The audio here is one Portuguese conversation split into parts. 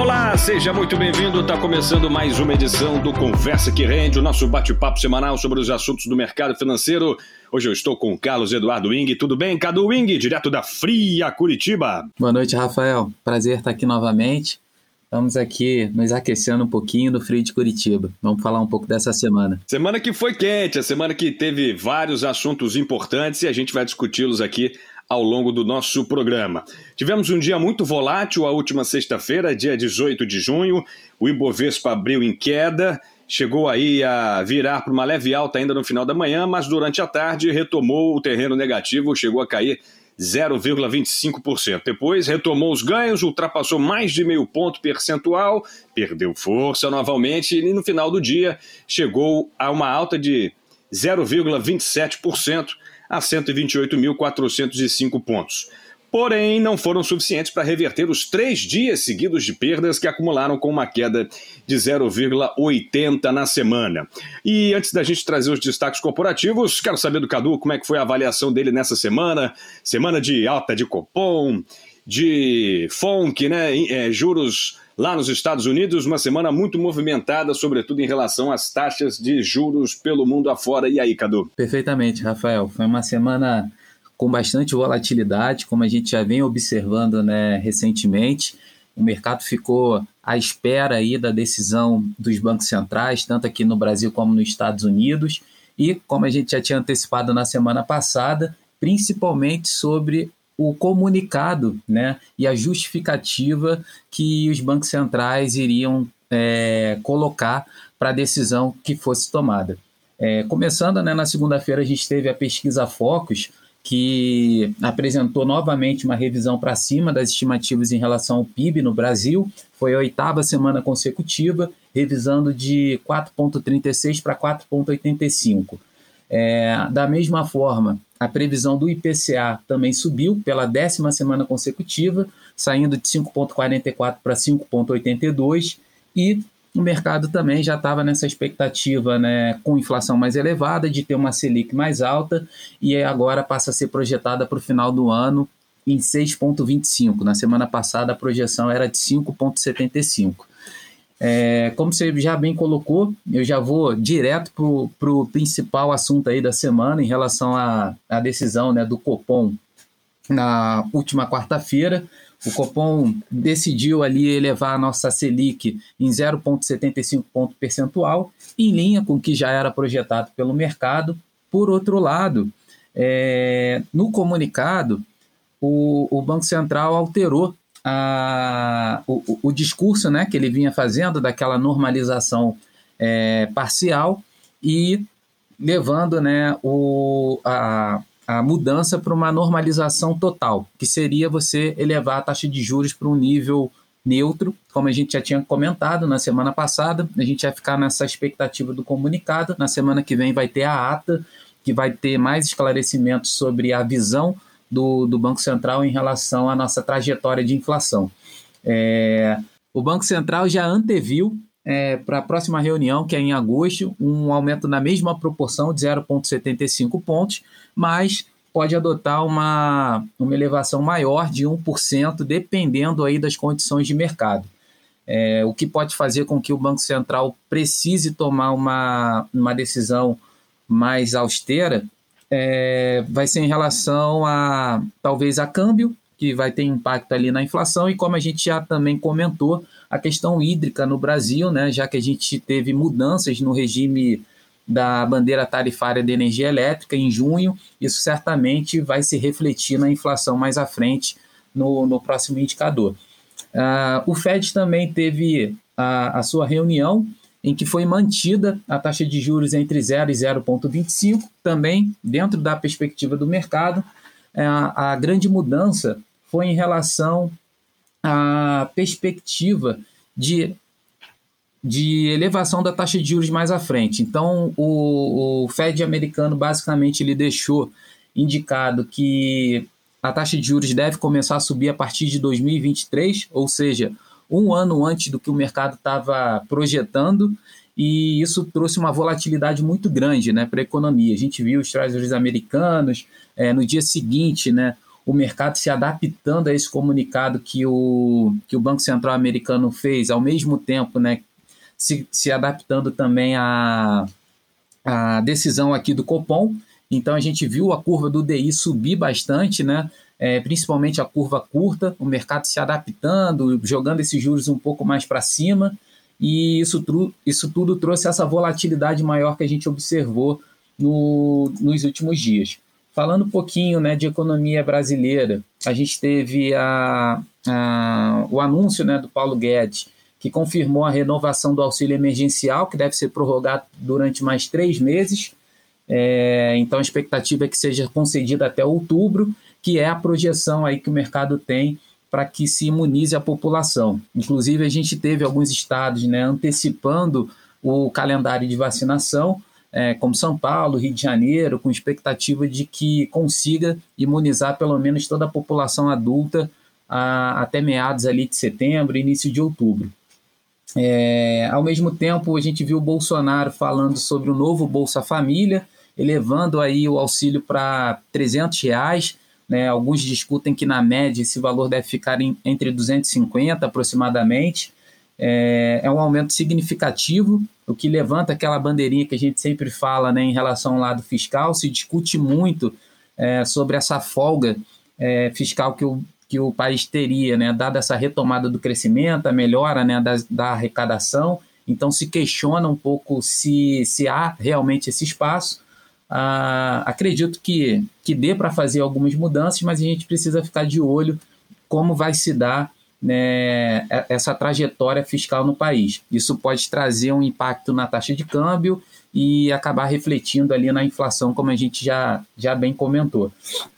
Olá, seja muito bem-vindo. Está começando mais uma edição do Conversa que Rende, o nosso bate-papo semanal sobre os assuntos do mercado financeiro. Hoje eu estou com o Carlos Eduardo Wing. Tudo bem, Cadu Wing, direto da Fria Curitiba? Boa noite, Rafael. Prazer estar aqui novamente. Estamos aqui nos aquecendo um pouquinho do frio de Curitiba. Vamos falar um pouco dessa semana. Semana que foi quente, a semana que teve vários assuntos importantes e a gente vai discuti-los aqui ao longo do nosso programa. Tivemos um dia muito volátil a última sexta-feira, dia 18 de junho. O Ibovespa abriu em queda, chegou aí a virar para uma leve alta ainda no final da manhã, mas durante a tarde retomou o terreno negativo, chegou a cair 0,25%. Depois retomou os ganhos, ultrapassou mais de meio ponto percentual, perdeu força novamente e no final do dia chegou a uma alta de 0,27%, a 128.405 pontos. Porém, não foram suficientes para reverter os 3 dias seguidos de perdas que acumularam com uma queda de 0,80 na semana. E antes da gente trazer os destaques corporativos, quero saber do Cadu como é que foi a avaliação dele nessa semana. Semana de alta de Copom, de FONC, né? Juros lá nos Estados Unidos, uma semana muito movimentada, sobretudo em relação às taxas de juros pelo mundo afora. E aí, Cadu? Perfeitamente, Rafael. Foi uma semana com bastante volatilidade, como a gente já vem observando, né, recentemente. O mercado ficou à espera aí da decisão dos bancos centrais, tanto aqui no Brasil como nos Estados Unidos. E, como a gente já tinha antecipado na semana passada, principalmente sobre o comunicado, né, e a justificativa que os bancos centrais iriam colocar para a decisão que fosse tomada. Começando, né, na segunda-feira, a gente teve a pesquisa Focus, que apresentou novamente uma revisão para cima das estimativas em relação ao PIB no Brasil. Foi a 8ª semana consecutiva, revisando de 4,36 para 4,85. Da mesma forma, a previsão do IPCA também subiu pela 10ª semana consecutiva, saindo de 5,44 para 5,82, e o mercado também já estava nessa expectativa, né, com inflação mais elevada, de ter uma Selic mais alta, e agora passa a ser projetada para o final do ano em 6,25. Na semana passada a projeção era de 5,75. Como você já bem colocou, eu já vou direto para o principal assunto aí da semana em relação à decisão, né, do Copom na última quarta-feira. O Copom decidiu ali elevar a nossa Selic em 0,75 ponto percentual, em linha com o que já era projetado pelo mercado. Por outro lado, no comunicado, o Banco Central alterou o discurso, né, que ele vinha fazendo daquela normalização parcial e levando, né, a mudança para uma normalização total, que seria você elevar a taxa de juros para um nível neutro, como a gente já tinha comentado na semana passada. A gente vai ficar nessa expectativa do comunicado. Na semana que vem vai ter a ata, que vai ter mais esclarecimentos sobre a visão do Banco Central em relação à nossa trajetória de inflação. O Banco Central já anteviu para a próxima reunião, que é em agosto, um aumento na mesma proporção de 0,75 pontos, mas pode adotar uma elevação maior de 1%, dependendo aí das condições de mercado. O que pode fazer com que o Banco Central precise tomar uma decisão mais austera vai ser em relação talvez a câmbio, que vai ter impacto ali na inflação, e como a gente já também comentou, a questão hídrica no Brasil, né, já que a gente teve mudanças no regime da bandeira tarifária de energia elétrica em junho, isso certamente vai se refletir na inflação mais à frente no próximo indicador. O Fed também teve a sua reunião, em que foi mantida a taxa de juros entre 0 e 0,25, também dentro da perspectiva do mercado. A grande mudança foi em relação à perspectiva de elevação da taxa de juros mais à frente. Então, o Fed americano basicamente ele deixou indicado que a taxa de juros deve começar a subir a partir de 2023, ou seja, um ano antes do que o mercado estava projetando, e isso trouxe uma volatilidade muito grande, né, para a economia. A gente viu os treasuries americanos, no dia seguinte, né, o mercado se adaptando a esse comunicado que o Banco Central americano fez, ao mesmo tempo, né, se adaptando também à decisão aqui do Copom. Então a gente viu a curva do DI subir bastante, né? Principalmente a curva curta, o mercado se adaptando, jogando esses juros um pouco mais para cima, e isso tudo trouxe essa volatilidade maior que a gente observou nos últimos dias. Falando um pouquinho, né, de economia brasileira, a gente teve o anúncio, né, do Paulo Guedes, que confirmou a renovação do auxílio emergencial, que deve ser prorrogado durante mais 3 meses. Então a expectativa é que seja concedida até outubro, que é a projeção aí que o mercado tem para que se imunize a população. Inclusive a gente teve alguns estados, né, antecipando o calendário de vacinação, como São Paulo, Rio de Janeiro, com expectativa de que consiga imunizar pelo menos toda a população adulta até meados ali de setembro, início de outubro. Ao mesmo tempo, a gente viu o Bolsonaro falando sobre o novo Bolsa Família, elevando aí o auxílio para R$300, né? Alguns discutem que, na média, esse valor deve ficar entre 250 aproximadamente. É um aumento significativo, o que levanta aquela bandeirinha que a gente sempre fala, né, em relação ao lado fiscal. Se discute muito sobre essa folga fiscal que o país teria, né, dada essa retomada do crescimento, a melhora, né, da arrecadação. Então se questiona um pouco se há realmente esse espaço. Acredito que dê para fazer algumas mudanças, mas a gente precisa ficar de olho como vai se dar, né, essa trajetória fiscal no país. Isso pode trazer um impacto na taxa de câmbio e acabar refletindo ali na inflação, como a gente já bem comentou.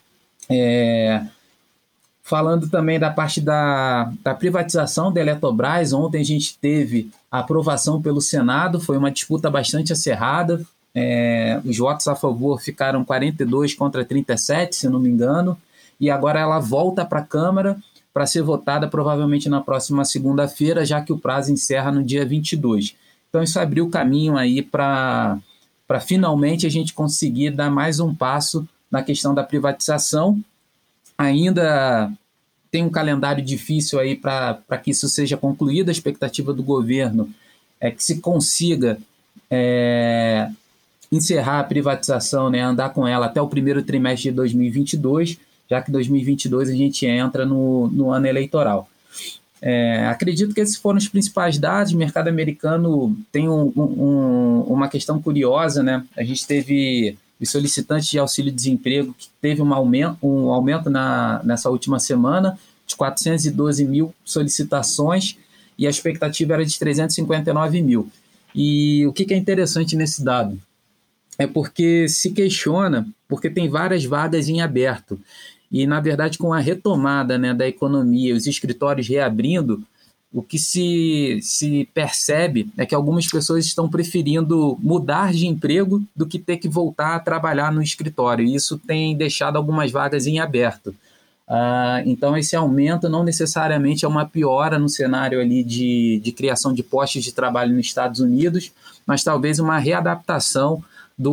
Falando também da parte da privatização da Eletrobras, ontem a gente teve a aprovação pelo Senado, foi uma disputa bastante acirrada, os votos a favor ficaram 42 contra 37, se não me engano, e agora ela volta para a Câmara para ser votada provavelmente na próxima segunda-feira, já que o prazo encerra no dia 22. Então isso abriu o caminho aí para finalmente a gente conseguir dar mais um passo na questão da privatização. Ainda tem um calendário difícil aí para que isso seja concluído. A expectativa do governo é que se consiga encerrar a privatização, né, andar com ela até o primeiro trimestre de 2022, já que 2022 a gente entra no ano eleitoral. Acredito que esses foram os principais dados. O mercado americano tem uma questão curiosa, né? A gente teve os solicitantes de auxílio-desemprego, que teve um aumento nessa última semana de 412 mil solicitações e a expectativa era de 359 mil. E o que é interessante nesse dado? É porque se questiona, porque tem várias vagas em aberto. E, na verdade, com a retomada, né, da economia, os escritórios reabrindo, o que se percebe é que algumas pessoas estão preferindo mudar de emprego do que ter que voltar a trabalhar no escritório. E isso tem deixado algumas vagas em aberto. Então, esse aumento não necessariamente é uma piora no cenário ali de criação de postos de trabalho nos Estados Unidos, mas talvez uma readaptação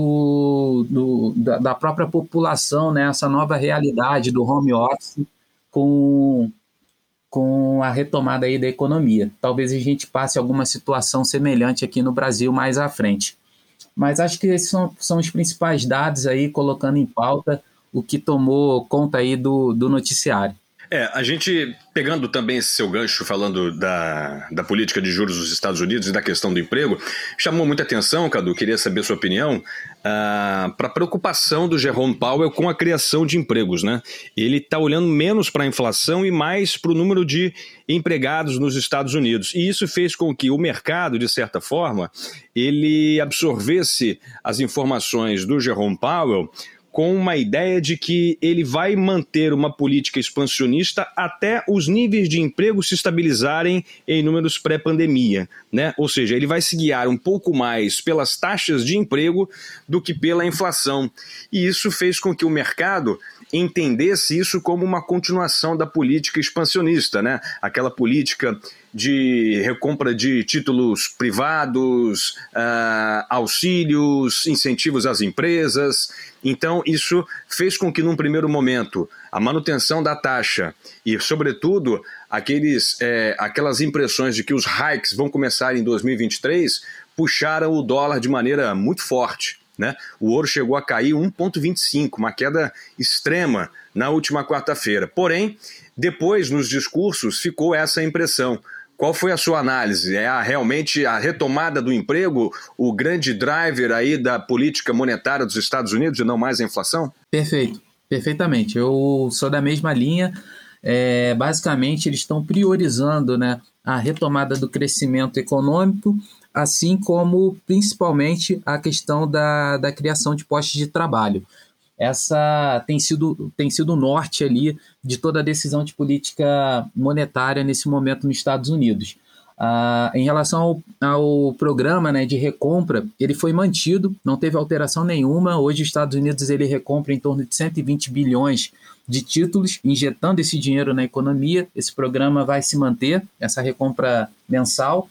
da própria população, né, essa nova realidade do home office com a retomada aí da economia. Talvez a gente passe alguma situação semelhante aqui no Brasil mais à frente. Mas acho que esses são os principais dados aí, colocando em pauta o que tomou conta aí do noticiário. A gente, pegando também esse seu gancho, falando da política de juros dos Estados Unidos e da questão do emprego, chamou muita atenção, Cadu, queria saber a sua opinião, para a preocupação do Jerome Powell com a criação de empregos, né? Ele está olhando menos para a inflação e mais para o número de empregados nos Estados Unidos. E isso fez com que o mercado, de certa forma, ele absorvesse as informações do Jerome Powell com uma ideia de que ele vai manter uma política expansionista até os níveis de emprego se estabilizarem em números pré-pandemia, né? Ou seja, ele vai se guiar um pouco mais pelas taxas de emprego do que pela inflação. E isso fez com que o mercado entendesse isso como uma continuação da política expansionista, né? Aquela política de recompra de títulos privados, auxílios, incentivos às empresas. Então, isso fez com que, num primeiro momento, a manutenção da taxa e, sobretudo, aquelas impressões de que os hikes vão começar em 2023 puxaram o dólar de maneira muito forte, né? O ouro chegou a cair 1,25, uma queda extrema na última quarta-feira. Porém, depois, nos discursos, ficou essa impressão. Qual foi a sua análise? Realmente a retomada do emprego o grande driver aí da política monetária dos Estados Unidos e não mais a inflação? Perfeito, perfeitamente. Eu sou da mesma linha. Basicamente, eles estão priorizando, né, a retomada do crescimento econômico, assim como, principalmente, a questão da criação de postos de trabalho. Essa tem sido o norte ali de toda a decisão de política monetária nesse momento nos Estados Unidos. Em relação ao programa, né, de recompra, ele foi mantido, não teve alteração nenhuma. Hoje os Estados Unidos ele recompra em torno de 120 bilhões de títulos, injetando esse dinheiro na economia. Esse programa vai se manter, essa recompra mensal.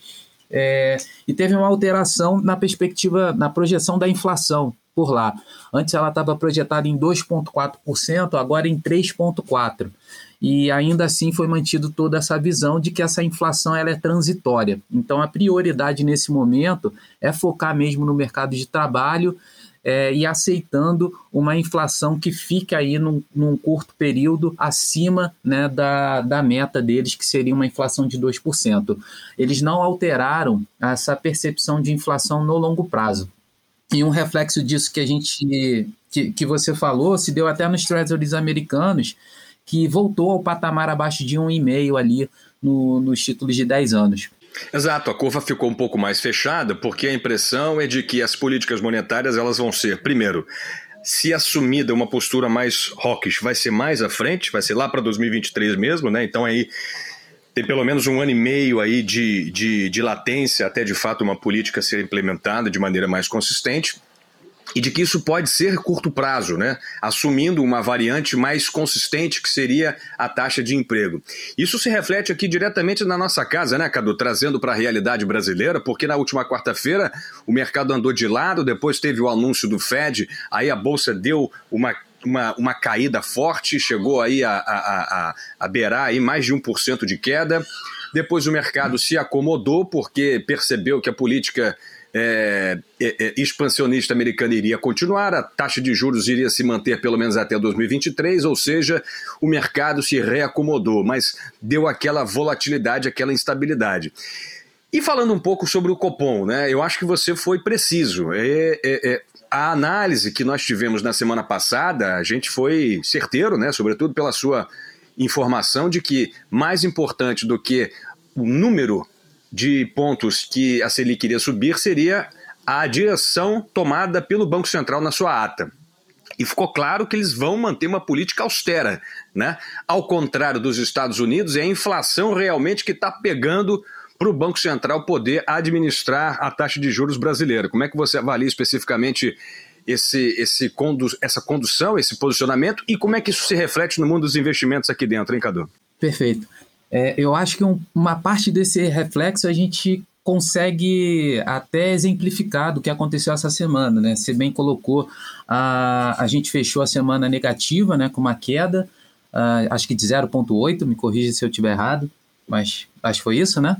E teve uma alteração na perspectiva, na projeção da inflação por lá. Antes ela estava projetada em 2,4%, agora em 3,4%. E ainda assim foi mantido toda essa visão de que essa inflação ela é transitória. Então a prioridade nesse momento é focar mesmo no mercado de trabalho e aceitando uma inflação que fique aí num curto período acima, né, da meta deles, que seria uma inflação de 2%. Eles não alteraram essa percepção de inflação no longo prazo. E um reflexo disso que você falou se deu até nos treasuries americanos, que voltou ao patamar abaixo de 1,5 ali nos títulos de 10 anos. Exato, a curva ficou um pouco mais fechada porque a impressão é de que as políticas monetárias elas vão ser, primeiro, se assumida uma postura mais hawkish, vai ser mais à frente, vai ser lá para 2023 mesmo, né? Então aí tem pelo menos 1 ano e meio aí de latência até de fato uma política ser implementada de maneira mais consistente. E de que isso pode ser curto prazo, né? Assumindo uma variante mais consistente, que seria a taxa de emprego. Isso se reflete aqui diretamente na nossa casa, né, Cadu? Trazendo para a realidade brasileira, porque na última quarta-feira o mercado andou de lado, depois teve o anúncio do Fed, aí a Bolsa deu uma caída forte, chegou aí a beirar aí mais de 1% de queda. Depois o mercado se acomodou, porque percebeu que a política expansionista americana iria continuar, a taxa de juros iria se manter pelo menos até 2023, ou seja, o mercado se reacomodou, mas deu aquela volatilidade, aquela instabilidade. E falando um pouco sobre o Copom, né, eu acho que você foi preciso. A análise que nós tivemos na semana passada, a gente foi certeiro, né, sobretudo pela sua informação de que mais importante do que o número de pontos que a Selic iria subir seria a direção tomada pelo Banco Central na sua ata. E ficou claro que eles vão manter uma política austera, né? Ao contrário dos Estados Unidos, é a inflação realmente que está pegando para o Banco Central poder administrar a taxa de juros brasileira. Como é que você avalia especificamente essa condução, esse posicionamento, e como é que isso se reflete no mundo dos investimentos aqui dentro, hein, Cadu? Perfeito. Eu acho que uma parte desse reflexo a gente consegue até exemplificar do que aconteceu essa semana, né? Você bem colocou, a gente fechou a semana negativa, né, com uma queda, acho que de 0,8, me corrija se eu estiver errado, mas acho que foi isso, né?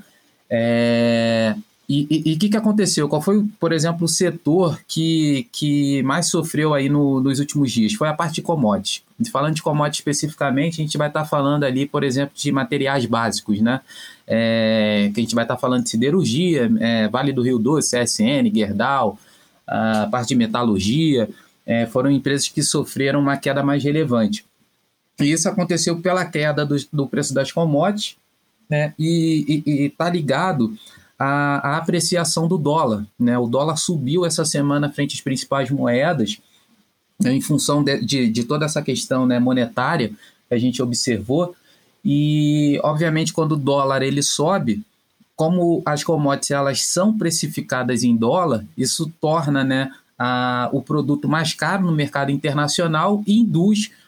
E o que aconteceu? Qual foi, por exemplo, o setor que mais sofreu aí nos últimos dias? Foi a parte de commodities. Falando de commodities especificamente, a gente vai estar falando ali, por exemplo, de materiais básicos, né? Que a gente vai estar falando de siderurgia, Vale do Rio Doce, CSN, Gerdau, a parte de metalurgia, foram empresas que sofreram uma queda mais relevante. E isso aconteceu pela queda do preço das commodities, né? E está ligado a apreciação do dólar, né? O dólar subiu essa semana frente às principais moedas, né, em função de toda essa questão, né, monetária que a gente observou. E, obviamente, quando o dólar ele sobe, como as commodities elas são precificadas em dólar, isso torna, né, o produto mais caro no mercado internacional e induz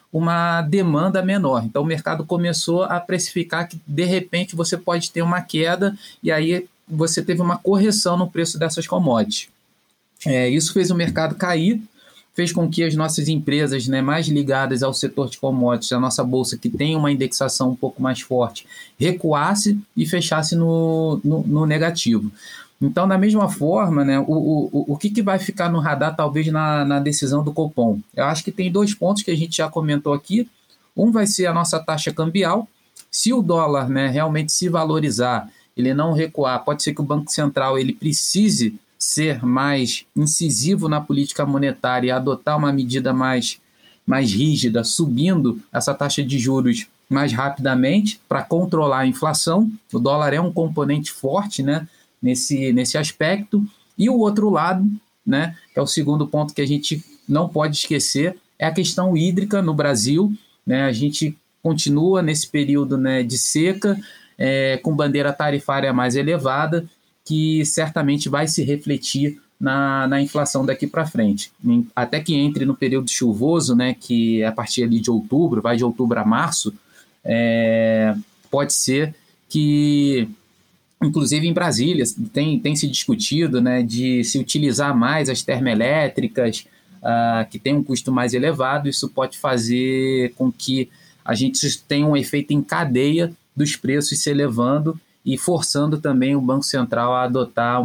uma demanda menor. Então o mercado começou a precificar que de repente você pode ter uma queda e aí você teve uma correção no preço dessas commodities. Isso fez o mercado cair, fez com que as nossas empresas, né, mais ligadas ao setor de commodities, a nossa bolsa que tem uma indexação um pouco mais forte, recuasse e fechasse no negativo. Então, da mesma forma, né, o que vai ficar no radar, talvez, na decisão do Copom? Eu acho que tem 2 pontos que a gente já comentou aqui. Um vai ser a nossa taxa cambial. Se o dólar, né, realmente se valorizar, ele não recuar, pode ser que o Banco Central ele precise ser mais incisivo na política monetária e adotar uma medida mais rígida, subindo essa taxa de juros mais rapidamente para controlar a inflação. O dólar é um componente forte, né, nesse aspecto. E o outro lado, né, que é o segundo ponto que a gente não pode esquecer, é a questão hídrica no Brasil. Né? A gente continua nesse período, né, de seca, com bandeira tarifária mais elevada, que certamente vai se refletir na inflação daqui para frente. Até que entre no período chuvoso, né, que é a partir ali de outubro, vai de outubro a março, pode ser que, inclusive em Brasília, tem se discutido, né, de se utilizar mais as termoelétricas, que tem um custo mais elevado. Isso pode fazer com que a gente tenha um efeito em cadeia dos preços se elevando e forçando também o Banco Central a adotar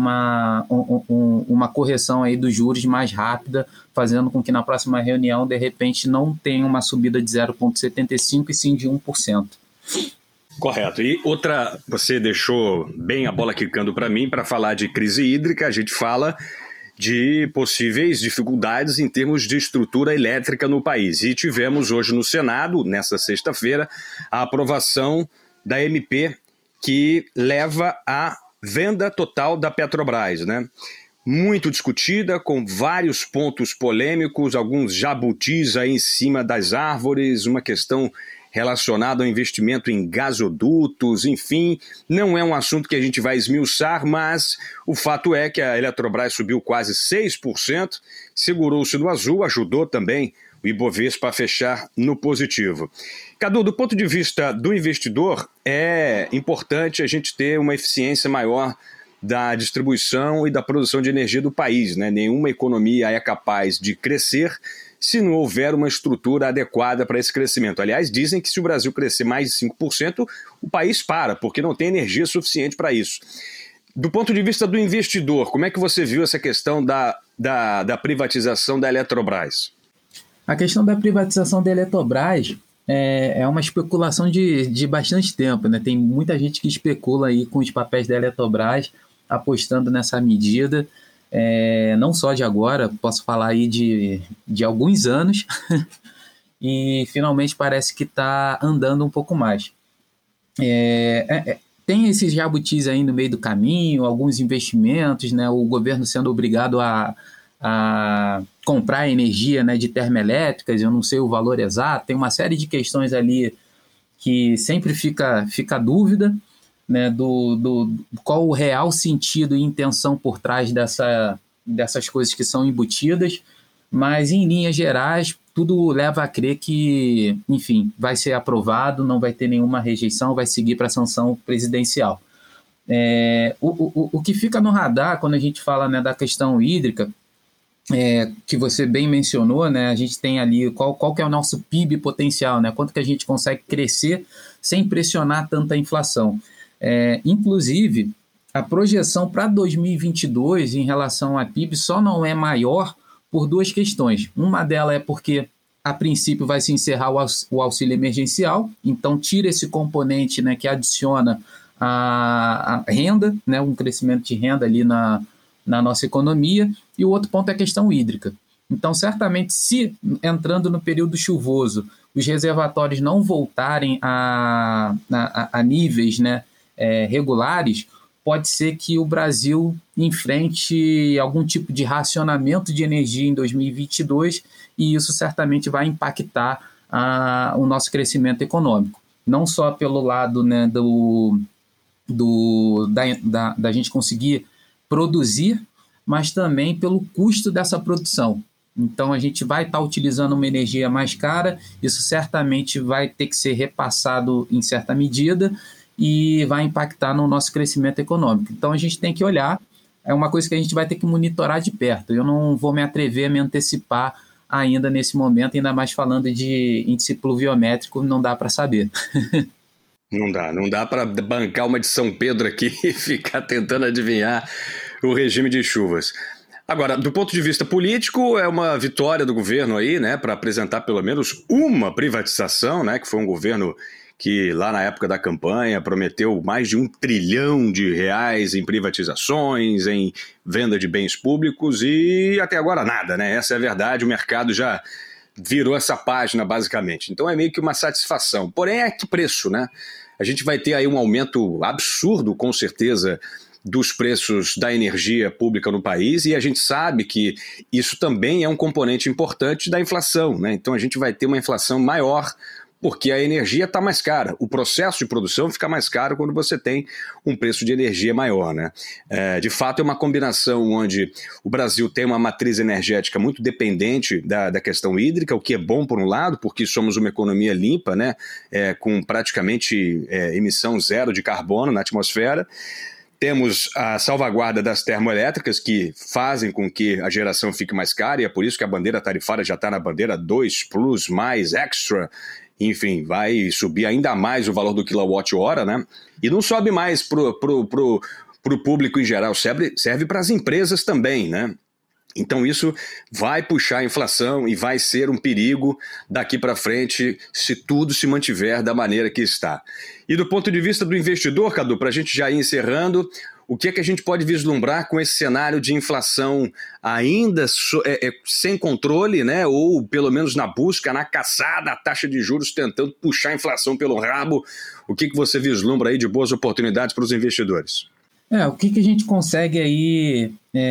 uma correção aí dos juros mais rápida, fazendo com que na próxima reunião, de repente, não tenha uma subida de 0,75% e sim de 1%. Correto. E outra, você deixou bem a bola quicando para mim, para falar de crise hídrica, a gente fala de possíveis dificuldades em termos de estrutura elétrica no país. E tivemos hoje no Senado, nessa sexta-feira, a aprovação da MP que leva à venda total da Petrobras, né? Muito discutida, com vários pontos polêmicos, alguns jabutis aí em cima das árvores, uma questão relacionada ao investimento em gasodutos, enfim, não é um assunto que a gente vai esmiuçar, mas o fato é que a Eletrobras subiu quase 6%, segurou-se no azul, ajudou também o Ibovespa a fechar no positivo. Cadu, do ponto de vista do investidor, é importante a gente ter uma eficiência maior da distribuição e da produção de energia do país, né? Nenhuma economia é capaz de crescer se não houver uma estrutura adequada para esse crescimento. Aliás, dizem que se o Brasil crescer mais de 5%, o país para, porque não tem energia suficiente para isso. Do ponto de vista do investidor, como é que você viu essa questão da privatização da Eletrobras? A questão da privatização da Eletrobras é uma especulação de bastante tempo, né? Tem muita gente que especula aí com os papéis da Eletrobras, apostando nessa medida, não só de agora, posso falar aí de alguns anos, e finalmente parece que está andando um pouco mais. Tem esses jabutis aí no meio do caminho, alguns investimentos, né? O governo sendo obrigado a comprar energia, né, de termoelétricas, eu não sei o valor exato, tem uma série de questões ali que sempre fica dúvida, né, do qual o real sentido e intenção por trás dessas coisas que são embutidas, mas em linhas gerais tudo leva a crer que, enfim, vai ser aprovado, não vai ter nenhuma rejeição, vai seguir para a sanção presidencial. O que fica no radar quando a gente fala, né, da questão hídrica, que você bem mencionou, né, a gente tem ali qual que é o nosso PIB potencial, né, quanto que a gente consegue crescer sem pressionar tanta inflação. Inclusive, a projeção para 2022 em relação à PIB só não é maior por 2 questões. Uma delas é porque, a princípio, vai se encerrar o auxílio emergencial, então tira esse componente, né, que adiciona a renda, né, um crescimento de renda ali na nossa economia, e o outro ponto é a questão hídrica. Então, certamente, se entrando no período chuvoso, os reservatórios não voltarem a níveis, né, regulares, pode ser que o Brasil enfrente algum tipo de racionamento de energia em 2022, e isso certamente vai impactar o nosso crescimento econômico. Não só pelo lado, né, da gente conseguir produzir, mas também pelo custo dessa produção. Então, a gente vai estar utilizando uma energia mais cara, isso certamente vai ter que ser repassado em certa medida e vai impactar no nosso crescimento econômico. Então, a gente tem que olhar, é uma coisa que a gente vai ter que monitorar de perto. Eu não vou me atrever a me antecipar ainda nesse momento, ainda mais falando de índice pluviométrico, não dá para saber. Não dá para bancar uma de São Pedro aqui e ficar tentando adivinhar o regime de chuvas. Agora, do ponto de vista político, é uma vitória do governo aí, né, para apresentar pelo menos uma privatização, né, que foi um governo que lá na época da campanha prometeu mais de R$1 trilhão em privatizações, em venda de bens públicos e até agora nada, né? Essa é a verdade, o mercado já virou essa página basicamente. Então é meio que uma satisfação. Porém, é que preço, né? A gente vai ter aí um aumento absurdo, com certeza, dos preços da energia pública no país e a gente sabe que isso também é um componente importante da inflação, né? Então a gente vai ter uma inflação maior porque a energia está mais cara. O processo de produção fica mais caro quando você tem um preço de energia maior, né? De fato, é uma combinação onde o Brasil tem uma matriz energética muito dependente da questão hídrica, o que é bom por um lado, porque somos uma economia limpa, né? Com praticamente emissão zero de carbono na atmosfera. Temos a salvaguarda das termoelétricas, que fazem com que a geração fique mais cara, e é por isso que a bandeira tarifária já está na bandeira 2 Plus, mais Extra. Enfim, vai subir ainda mais o valor do quilowatt-hora, né? E não sobe mais pro público em geral, serve para as empresas também, né? Então isso vai puxar a inflação e vai ser um perigo daqui para frente se tudo se mantiver da maneira que está. E do ponto de vista do investidor, Cadu, para a gente já ir encerrando, o que é que a gente pode vislumbrar com esse cenário de inflação ainda sem controle, né? Ou pelo menos na busca, na caçada, a taxa de juros tentando puxar a inflação pelo rabo? O que você vislumbra aí de boas oportunidades para os investidores? O que a gente consegue aí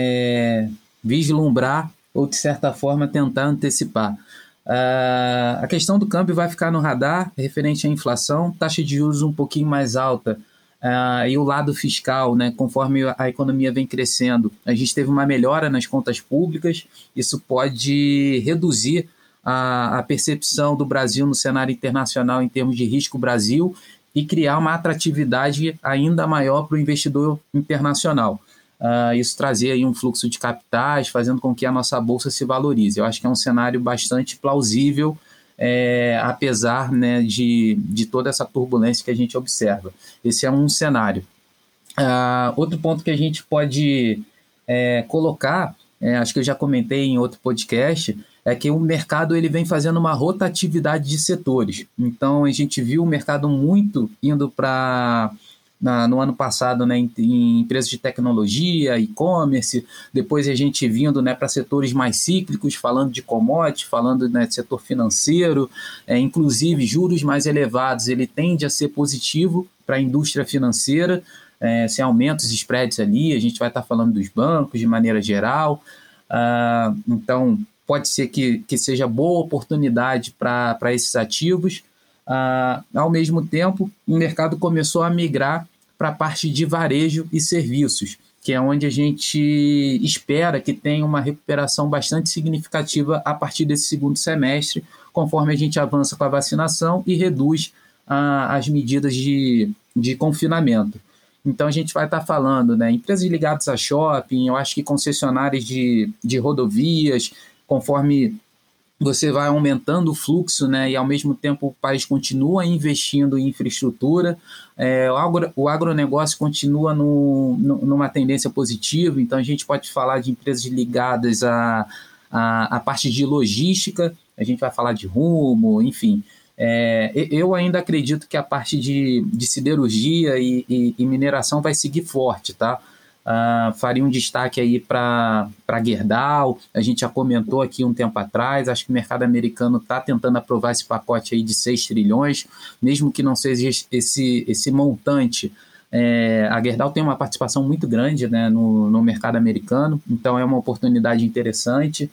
vislumbrar ou, de certa forma, tentar antecipar? A questão do câmbio vai ficar no radar referente à inflação, taxa de juros um pouquinho mais alta, e o lado fiscal, né, conforme a economia vem crescendo, a gente teve uma melhora nas contas públicas, isso pode reduzir a percepção do Brasil no cenário internacional em termos de risco Brasil e criar uma atratividade ainda maior para o investidor internacional. Isso trazer aí um fluxo de capitais, fazendo com que a nossa bolsa se valorize. Eu acho que é um cenário bastante plausível, apesar, né, de toda essa turbulência que a gente observa. Esse é um cenário. Outro ponto que a gente pode colocar, acho que eu já comentei em outro podcast, é que o mercado ele vem fazendo uma rotatividade de setores. Então, a gente viu o mercado muito indo para... no ano passado, né, em empresas de tecnologia, e-commerce, depois a gente vindo, né, para setores mais cíclicos, falando de commodity, falando, né, de setor financeiro, inclusive juros mais elevados, ele tende a ser positivo para a indústria financeira, sem aumentos e spreads ali, a gente vai estar falando dos bancos de maneira geral, então pode ser que seja boa oportunidade para esses ativos. Ao mesmo tempo, o mercado começou a migrar para a parte de varejo e serviços, que é onde a gente espera que tenha uma recuperação bastante significativa a partir desse segundo semestre, conforme a gente avança com a vacinação e reduz as medidas de confinamento. Então, a gente vai estar falando, né, empresas ligadas a shopping, eu acho que concessionárias de rodovias, conforme você vai aumentando o fluxo, né, e ao mesmo tempo o país continua investindo em infraestrutura, o agronegócio continua numa tendência positiva, então a gente pode falar de empresas ligadas à parte de logística, a gente vai falar de Rumo, enfim. Eu ainda acredito que a parte de siderurgia e mineração vai seguir forte, tá? Faria um destaque aí para Gerdau, a gente já comentou aqui um tempo atrás, acho que o mercado americano está tentando aprovar esse pacote aí de 6 trilhões, mesmo que não seja esse montante, a Gerdau tem uma participação muito grande, né, no mercado americano, então é uma oportunidade interessante.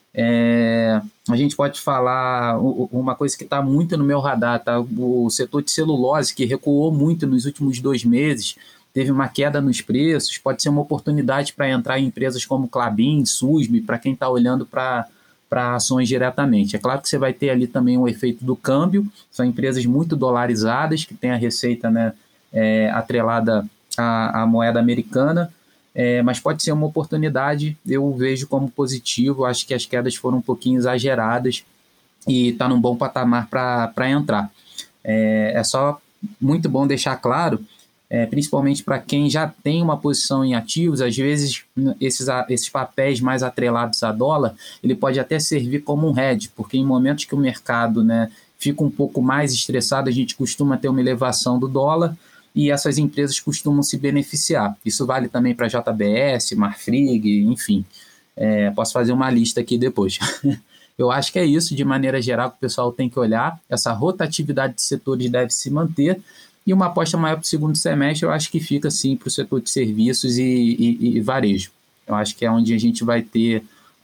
A gente pode falar uma coisa que está muito no meu radar, tá? O setor de celulose, que recuou muito nos últimos 2 meses, teve uma queda nos preços, pode ser uma oportunidade para entrar em empresas como Klabin, Susby, para quem está olhando para para ações diretamente. É claro que você vai ter ali também um efeito do câmbio, são empresas muito dolarizadas, que têm a receita, né, atrelada à moeda americana, mas pode ser uma oportunidade, eu vejo como positivo, acho que as quedas foram um pouquinho exageradas e está num bom patamar para entrar. É só muito bom deixar claro, principalmente para quem já tem uma posição em ativos, às vezes esses papéis mais atrelados a dólar, ele pode até servir como um hedge, porque em momentos que o mercado, né, fica um pouco mais estressado, a gente costuma ter uma elevação do dólar, e essas empresas costumam se beneficiar. Isso vale também para JBS, Marfrig, enfim. Posso fazer uma lista aqui depois. Eu acho que é isso, de maneira geral, que o pessoal tem que olhar. Essa rotatividade de setores deve se manter, e uma aposta maior para o segundo semestre, eu acho que fica, sim, para o setor de serviços e varejo. Eu acho que é onde a gente vai ter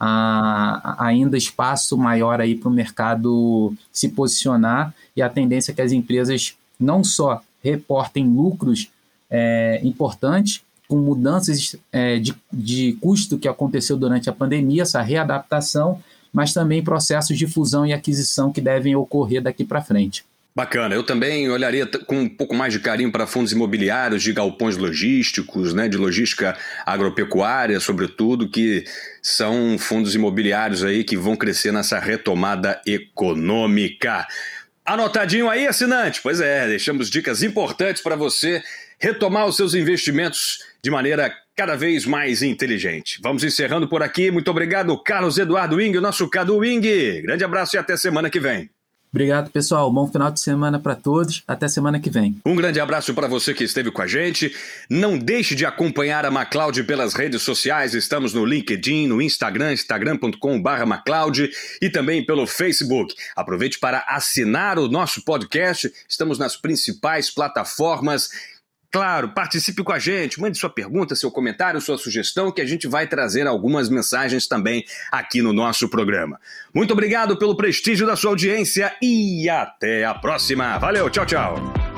ainda espaço maior aí para o mercado se posicionar, e a tendência é que as empresas não só reportem lucros importantes, com mudanças de custo que aconteceu durante a pandemia, essa readaptação, mas também processos de fusão e aquisição que devem ocorrer daqui para frente. Bacana, eu também olharia com um pouco mais de carinho para fundos imobiliários, de galpões logísticos, né, de logística agropecuária, sobretudo, que são fundos imobiliários aí que vão crescer nessa retomada econômica. Anotadinho aí, assinante? Pois deixamos dicas importantes para você retomar os seus investimentos de maneira cada vez mais inteligente. Vamos encerrando por aqui. Muito obrigado, Carlos Eduardo Wing, o nosso Cadu Wing. Grande abraço e até semana que vem. Obrigado, pessoal. Bom final de semana para todos. Até semana que vem. Um grande abraço para você que esteve com a gente. Não deixe de acompanhar a MacLeod pelas redes sociais. Estamos no LinkedIn, no Instagram, instagram.com/MacLeod, e também pelo Facebook. Aproveite para assinar o nosso podcast. Estamos nas principais plataformas. Claro, participe com a gente, mande sua pergunta, seu comentário, sua sugestão, que a gente vai trazer algumas mensagens também aqui no nosso programa. Muito obrigado pelo prestígio da sua audiência e até a próxima. Valeu, tchau, tchau.